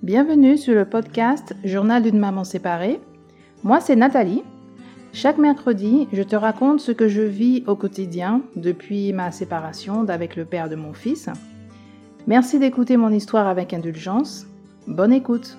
Bienvenue sur le podcast Journal d'une maman séparée. Moi, c'est Nathalie. Chaque mercredi, je te raconte ce que je vis au quotidien depuis ma séparation d'avec le père de mon fils. Merci d'écouter mon histoire avec indulgence. Bonne écoute.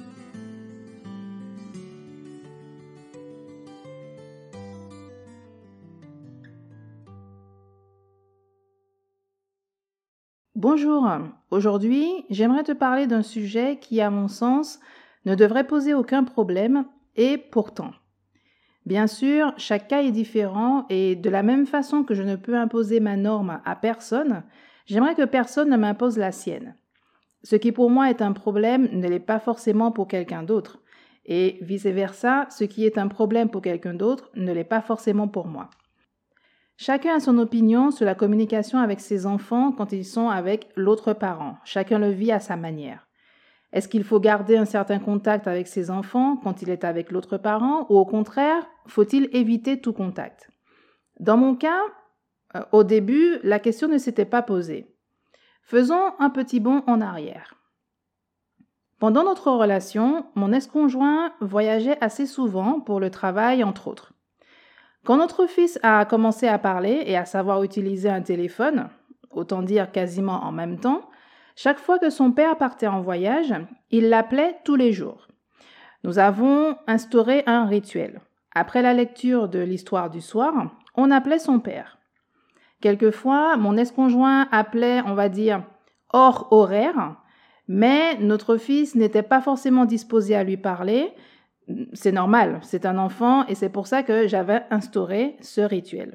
Bonjour, aujourd'hui j'aimerais te parler d'un sujet qui, à mon sens, ne devrait poser aucun problème et pourtant. Bien sûr, chaque cas est différent et de la même façon que je ne peux imposer ma norme à personne, j'aimerais que personne ne m'impose la sienne. Ce qui pour moi est un problème ne l'est pas forcément pour quelqu'un d'autre et vice-versa, ce qui est un problème pour quelqu'un d'autre ne l'est pas forcément pour moi. Chacun a son opinion sur la communication avec ses enfants quand ils sont avec l'autre parent. Chacun le vit à sa manière. Est-ce qu'il faut garder un certain contact avec ses enfants quand il est avec l'autre parent ou au contraire, faut-il éviter tout contact? Dans mon cas, au début, la question ne s'était pas posée. Faisons un petit bond en arrière. Pendant notre relation, mon ex-conjoint voyageait assez souvent pour le travail, entre autres. Quand notre fils a commencé à parler et à savoir utiliser un téléphone, autant dire quasiment en même temps, chaque fois que son père partait en voyage, il l'appelait tous les jours. Nous avons instauré un rituel. Après la lecture de l'histoire du soir, on appelait son père. Quelquefois, mon ex-conjoint appelait, on va dire, hors horaire, mais notre fils n'était pas forcément disposé à lui parler. C'est normal, c'est un enfant et c'est pour ça que j'avais instauré ce rituel.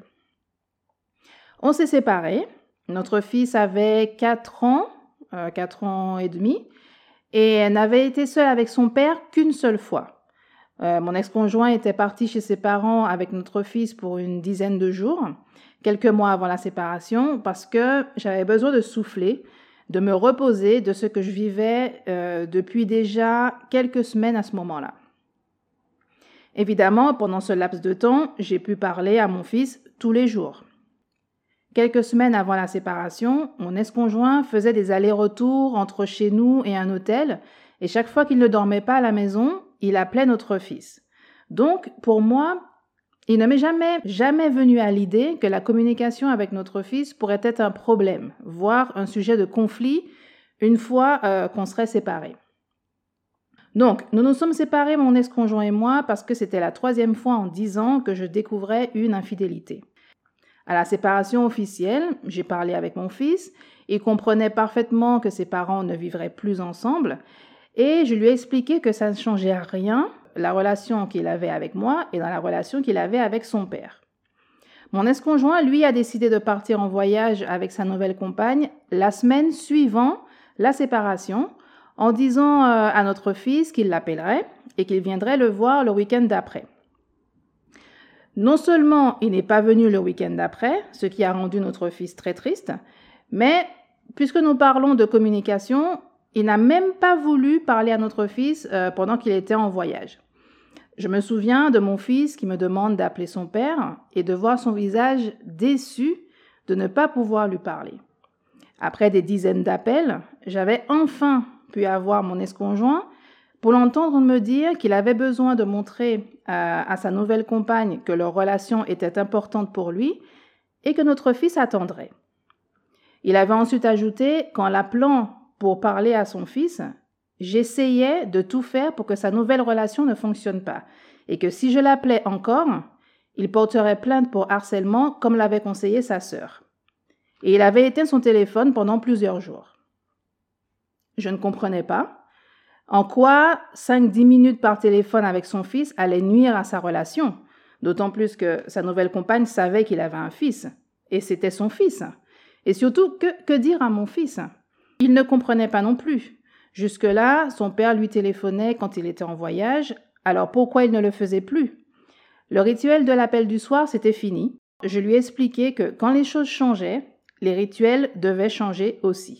On s'est séparés. Notre fils avait 4 ans et demi, et n'avait été seul avec son père qu'une seule fois. Mon ex-conjoint était parti chez ses parents avec notre fils pour une dizaine de jours, quelques mois avant la séparation, parce que j'avais besoin de souffler, de me reposer de ce que je vivais depuis déjà quelques semaines à ce moment-là. Évidemment, pendant ce laps de temps, j'ai pu parler à mon fils tous les jours. Quelques semaines avant la séparation, mon ex-conjoint faisait des allers-retours entre chez nous et un hôtel, et chaque fois qu'il ne dormait pas à la maison, il appelait notre fils. Donc, pour moi, il ne m'est jamais venu à l'idée que la communication avec notre fils pourrait être un problème, voire un sujet de conflit une fois qu'on serait séparés. Donc, nous nous sommes séparés, mon ex-conjoint et moi, parce que c'était la 3e fois en 10 ans que je découvrais une infidélité. À la séparation officielle, j'ai parlé avec mon fils, il comprenait parfaitement que ses parents ne vivraient plus ensemble, et je lui ai expliqué que ça ne changeait rien, la relation qu'il avait avec moi et dans la relation qu'il avait avec son père. Mon ex-conjoint, lui, a décidé de partir en voyage avec sa nouvelle compagne la semaine suivant la séparation, en disant à notre fils qu'il l'appellerait et qu'il viendrait le voir le week-end d'après. Non seulement il n'est pas venu le week-end d'après, ce qui a rendu notre fils très triste, mais puisque nous parlons de communication, il n'a même pas voulu parler à notre fils pendant qu'il était en voyage. Je me souviens de mon fils qui me demande d'appeler son père et de voir son visage déçu de ne pas pouvoir lui parler. Après des dizaines d'appels, j'avais enfin pu avoir mon ex-conjoint pour l'entendre me dire qu'il avait besoin de montrer à sa nouvelle compagne que leur relation était importante pour lui et que notre fils attendrait. Il avait ensuite ajouté qu'en l'appelant pour parler à son fils, j'essayais de tout faire pour que sa nouvelle relation ne fonctionne pas et que si je l'appelais encore, il porterait plainte pour harcèlement comme l'avait conseillé sa sœur. Et il avait éteint son téléphone pendant plusieurs jours. Je ne comprenais pas en quoi 5-10 minutes par téléphone avec son fils allait nuire à sa relation, d'autant plus que sa nouvelle compagne savait qu'il avait un fils, et c'était son fils. Et surtout, que dire à mon fils? Il ne comprenait pas non plus. Jusque-là, son père lui téléphonait quand il était en voyage, alors pourquoi il ne le faisait plus? Le rituel de l'appel du soir, c'était fini. Je lui ai expliqué que quand les choses changeaient, les rituels devaient changer aussi.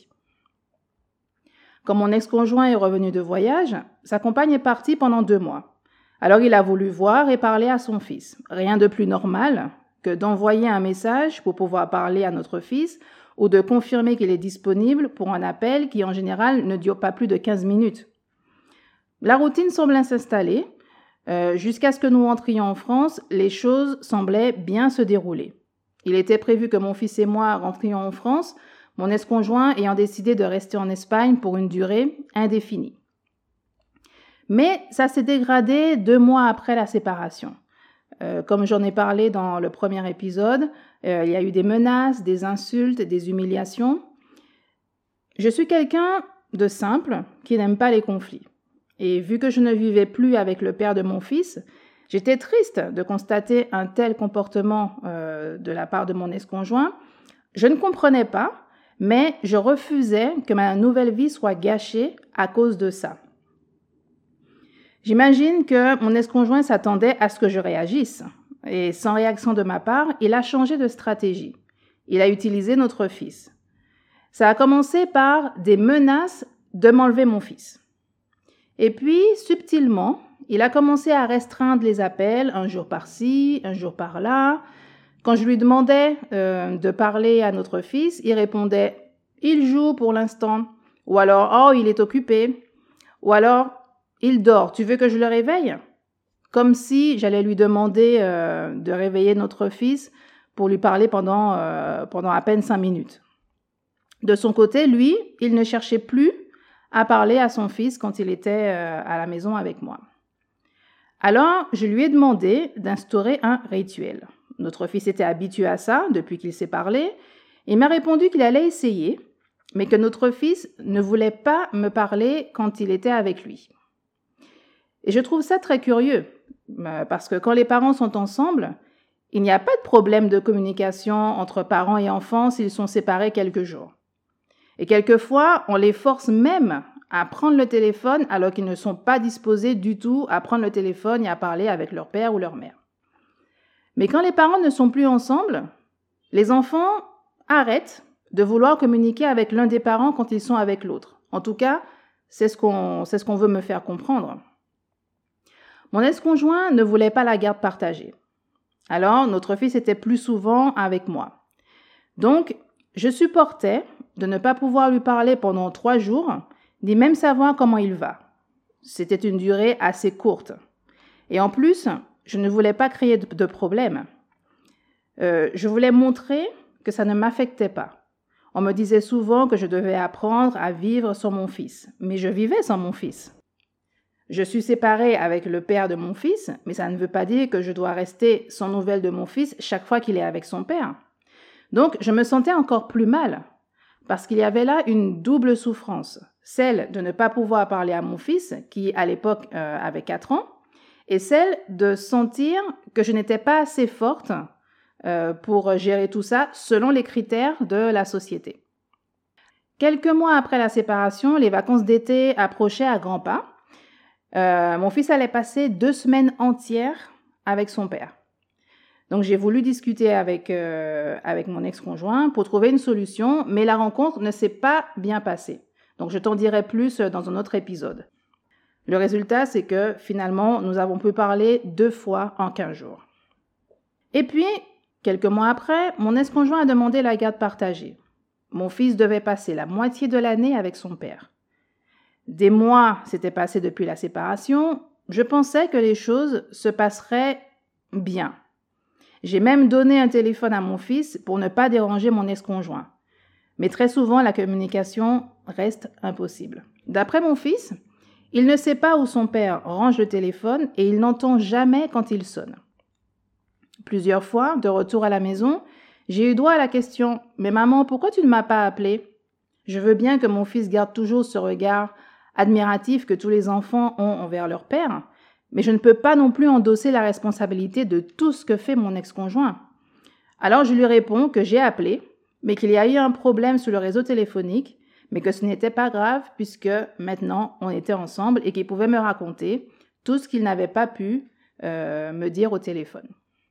Quand mon ex-conjoint est revenu de voyage, sa compagne est partie pendant 2 mois. Alors il a voulu voir et parler à son fils. Rien de plus normal que d'envoyer un message pour pouvoir parler à notre fils ou de confirmer qu'il est disponible pour un appel qui en général ne dure pas plus de 15 minutes. La routine semblait s'installer. Jusqu'à ce que nous rentrions en France, les choses semblaient bien se dérouler. Il était prévu que mon fils et moi rentrions en France, mon ex-conjoint ayant décidé de rester en Espagne pour une durée indéfinie. Mais ça s'est dégradé 2 mois après la séparation. Comme j'en ai parlé dans le premier épisode, il y a eu des menaces, des insultes, des humiliations. Je suis quelqu'un de simple qui n'aime pas les conflits. Et vu que je ne vivais plus avec le père de mon fils, j'étais triste de constater un tel comportement de la part de mon ex-conjoint. Je ne comprenais pas, mais je refusais que ma nouvelle vie soit gâchée à cause de ça. J'imagine que mon ex-conjoint s'attendait à ce que je réagisse. Et sans réaction de ma part, il a changé de stratégie. Il a utilisé notre fils. Ça a commencé par des menaces de m'enlever mon fils. Et puis, subtilement, il a commencé à restreindre les appels, un jour par-ci, un jour par-là. Quand je lui demandais de parler à notre fils, il répondait « Il joue pour l'instant » ou alors « Oh, il est occupé » ou alors « Il dort, tu veux que je le réveille ?» Comme si j'allais lui demander de réveiller notre fils pour lui parler pendant à peine 5 minutes. De son côté, lui, il ne cherchait plus à parler à son fils quand il était à la maison avec moi. Alors, je lui ai demandé d'instaurer un rituel. Notre fils était habitué à ça depuis qu'il s'est parlé. Il m'a répondu qu'il allait essayer, mais que notre fils ne voulait pas me parler quand il était avec lui. Et je trouve ça très curieux, parce que quand les parents sont ensemble, il n'y a pas de problème de communication entre parents et enfants s'ils sont séparés quelques jours. Et quelquefois, on les force même à prendre le téléphone alors qu'ils ne sont pas disposés du tout à prendre le téléphone et à parler avec leur père ou leur mère. Mais quand les parents ne sont plus ensemble, les enfants arrêtent de vouloir communiquer avec l'un des parents quand ils sont avec l'autre. En tout cas, c'est ce qu'on veut me faire comprendre. Mon ex-conjoint ne voulait pas la garde partagée. Alors, notre fils était plus souvent avec moi. Donc, je supportais de ne pas pouvoir lui parler pendant 3 jours, ni même savoir comment il va. C'était une durée assez courte. Et en plus, je ne voulais pas créer de problème. Je voulais montrer que ça ne m'affectait pas. On me disait souvent que je devais apprendre à vivre sans mon fils, mais je vivais sans mon fils. Je suis séparée avec le père de mon fils, mais ça ne veut pas dire que je dois rester sans nouvelles de mon fils chaque fois qu'il est avec son père. Donc, je me sentais encore plus mal, parce qu'il y avait là une double souffrance, celle de ne pas pouvoir parler à mon fils, qui à l'époque avait 4 ans, et celle de sentir que je n'étais pas assez forte pour gérer tout ça selon les critères de la société. Quelques mois après la séparation, les vacances d'été approchaient à grands pas. Mon fils allait passer 2 semaines entières avec son père. Donc, j'ai voulu discuter avec mon ex-conjoint pour trouver une solution, mais la rencontre ne s'est pas bien passée. Donc, je t'en dirai plus dans un autre épisode. Le résultat, c'est que finalement, nous avons pu parler 2 fois en 15 jours. Et puis, quelques mois après, mon ex-conjoint a demandé la garde partagée. Mon fils devait passer la moitié de l'année avec son père. Des mois s'étaient passés depuis la séparation. Je pensais que les choses se passeraient bien. J'ai même donné un téléphone à mon fils pour ne pas déranger mon ex-conjoint. Mais très souvent, la communication reste impossible. D'après mon fils, il ne sait pas où son père range le téléphone et il n'entend jamais quand il sonne. Plusieurs fois, de retour à la maison, j'ai eu droit à la question « Mais maman, pourquoi tu ne m'as pas appelé ?» Je veux bien que mon fils garde toujours ce regard admiratif que tous les enfants ont envers leur père, mais je ne peux pas non plus endosser la responsabilité de tout ce que fait mon ex-conjoint. Alors je lui réponds que j'ai appelé, mais qu'il y a eu un problème sur le réseau téléphonique, mais que ce n'était pas grave puisque maintenant on était ensemble et qu'il pouvait me raconter tout ce qu'il n'avait pas pu me dire au téléphone.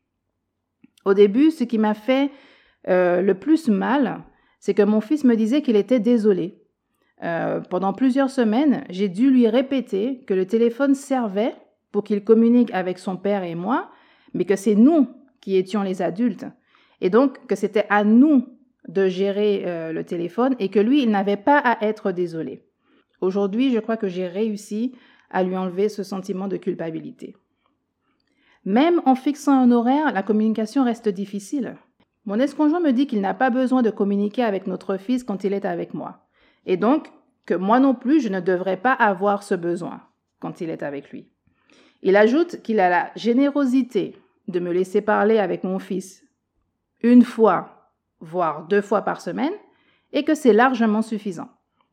Au début, ce qui m'a fait le plus mal, c'est que mon fils me disait qu'il était désolé. Pendant plusieurs semaines, j'ai dû lui répéter que le téléphone servait pour qu'il communique avec son père et moi, mais que c'est nous qui étions les adultes. Et donc, que c'était à nous de gérer le téléphone et que lui, il n'avait pas à être désolé. Aujourd'hui, je crois que j'ai réussi à lui enlever ce sentiment de culpabilité. Même en fixant un horaire, la communication reste difficile. Mon ex-conjoint me dit qu'il n'a pas besoin de communiquer avec notre fils quand il est avec moi. Et donc, que moi non plus, je ne devrais pas avoir ce besoin quand il est avec lui. Il ajoute qu'il a la générosité de me laisser parler avec mon fils 1 fois, voire 2 fois par semaine, et que c'est largement suffisant.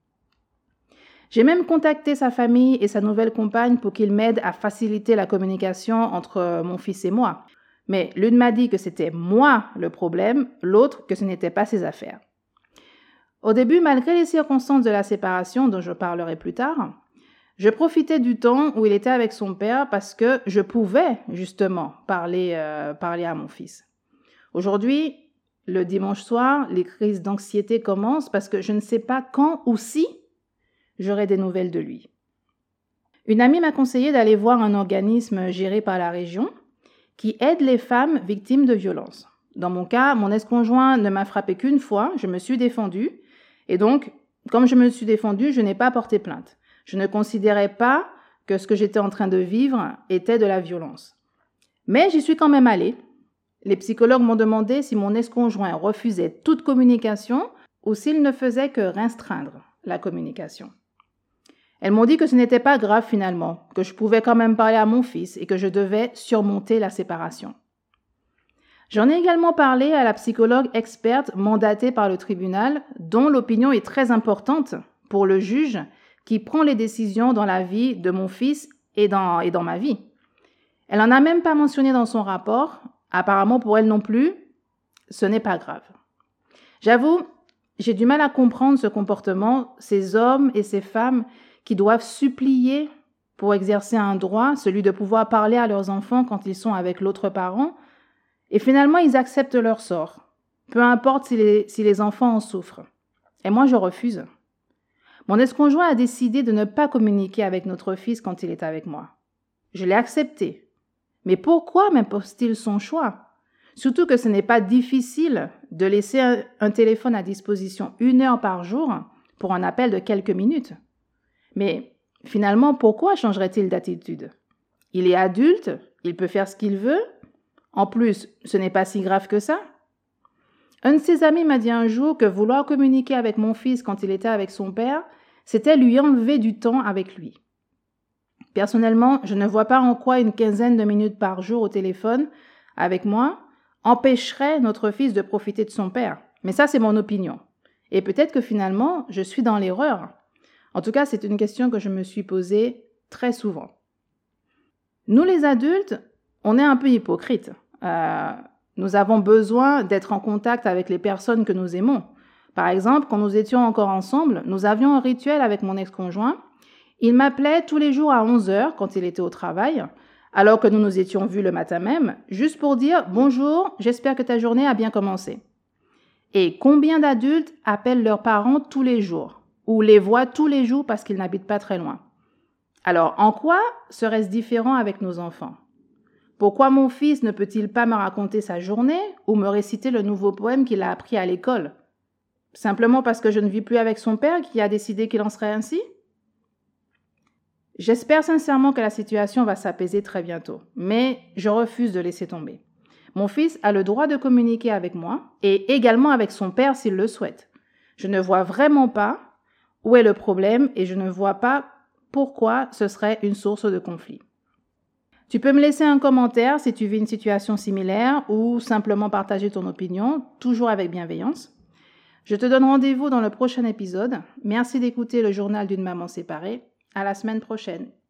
J'ai même contacté sa famille et sa nouvelle compagne pour qu'ils m'aident à faciliter la communication entre mon fils et moi. Mais l'une m'a dit que c'était moi le problème, l'autre que ce n'était pas ses affaires. Au début, malgré les circonstances de la séparation dont je parlerai plus tard, je profitais du temps où il était avec son père parce que je pouvais justement parler à mon fils. Aujourd'hui, le dimanche soir, les crises d'anxiété commencent parce que je ne sais pas quand ou si j'aurai des nouvelles de lui. Une amie m'a conseillé d'aller voir un organisme géré par la région qui aide les femmes victimes de violences. Dans mon cas, mon ex-conjoint ne m'a frappé qu'une fois, je me suis défendue. Et donc, comme je me suis défendue, je n'ai pas porté plainte. Je ne considérais pas que ce que j'étais en train de vivre était de la violence. Mais j'y suis quand même allée. Les psychologues m'ont demandé si mon ex-conjoint refusait toute communication ou s'il ne faisait que restreindre la communication. Elles m'ont dit que ce n'était pas grave finalement, que je pouvais quand même parler à mon fils et que je devais surmonter la séparation. J'en ai également parlé à la psychologue experte mandatée par le tribunal, dont l'opinion est très importante pour le juge qui prend les décisions dans la vie de mon fils et dans ma vie. Elle n'en a même pas mentionné dans son rapport. Apparemment, pour elle non plus, ce n'est pas grave. J'avoue, j'ai du mal à comprendre ce comportement, ces hommes et ces femmes qui doivent supplier pour exercer un droit, celui de pouvoir parler à leurs enfants quand ils sont avec l'autre parent, et finalement ils acceptent leur sort, peu importe si les enfants en souffrent. Et moi je refuse. Mon ex-conjoint a décidé de ne pas communiquer avec notre fils quand il est avec moi. Je l'ai accepté. Mais pourquoi m'impose-t-il son choix ? Surtout que ce n'est pas difficile de laisser un téléphone à disposition 1 heure par jour pour un appel de quelques minutes. Mais finalement, pourquoi changerait-il d'attitude ? Il est adulte, il peut faire ce qu'il veut. En plus, ce n'est pas si grave que ça. Un de ses amis m'a dit un jour que vouloir communiquer avec mon fils quand il était avec son père, c'était lui enlever du temps avec lui. Personnellement, je ne vois pas en quoi une 15aine de minutes par jour au téléphone avec moi empêcherait notre fils de profiter de son père. Mais ça, c'est mon opinion. Et peut-être que finalement, je suis dans l'erreur. En tout cas, c'est une question que je me suis posée très souvent. Nous, les adultes, on est un peu hypocrites. Nous avons besoin d'être en contact avec les personnes que nous aimons. Par exemple, quand nous étions encore ensemble, nous avions un rituel avec mon ex-conjoint. Il m'appelait tous les jours à 11h quand il était au travail, alors que nous nous étions vus le matin même, juste pour dire « Bonjour, j'espère que ta journée a bien commencé ». Et combien d'adultes appellent leurs parents tous les jours ou les voient tous les jours parce qu'ils n'habitent pas très loin? Alors, en quoi serait-ce différent avec nos enfants? Pourquoi mon fils ne peut-il pas me raconter sa journée ou me réciter le nouveau poème qu'il a appris à l'école? Simplement parce que je ne vis plus avec son père qui a décidé qu'il en serait ainsi? J'espère sincèrement que la situation va s'apaiser très bientôt, mais je refuse de laisser tomber. Mon fils a le droit de communiquer avec moi et également avec son père s'il le souhaite. Je ne vois vraiment pas où est le problème et je ne vois pas pourquoi ce serait une source de conflit. Tu peux me laisser un commentaire si tu vis une situation similaire ou simplement partager ton opinion, toujours avec bienveillance. Je te donne rendez-vous dans le prochain épisode. Merci d'écouter le journal d'une maman séparée. À la semaine prochaine.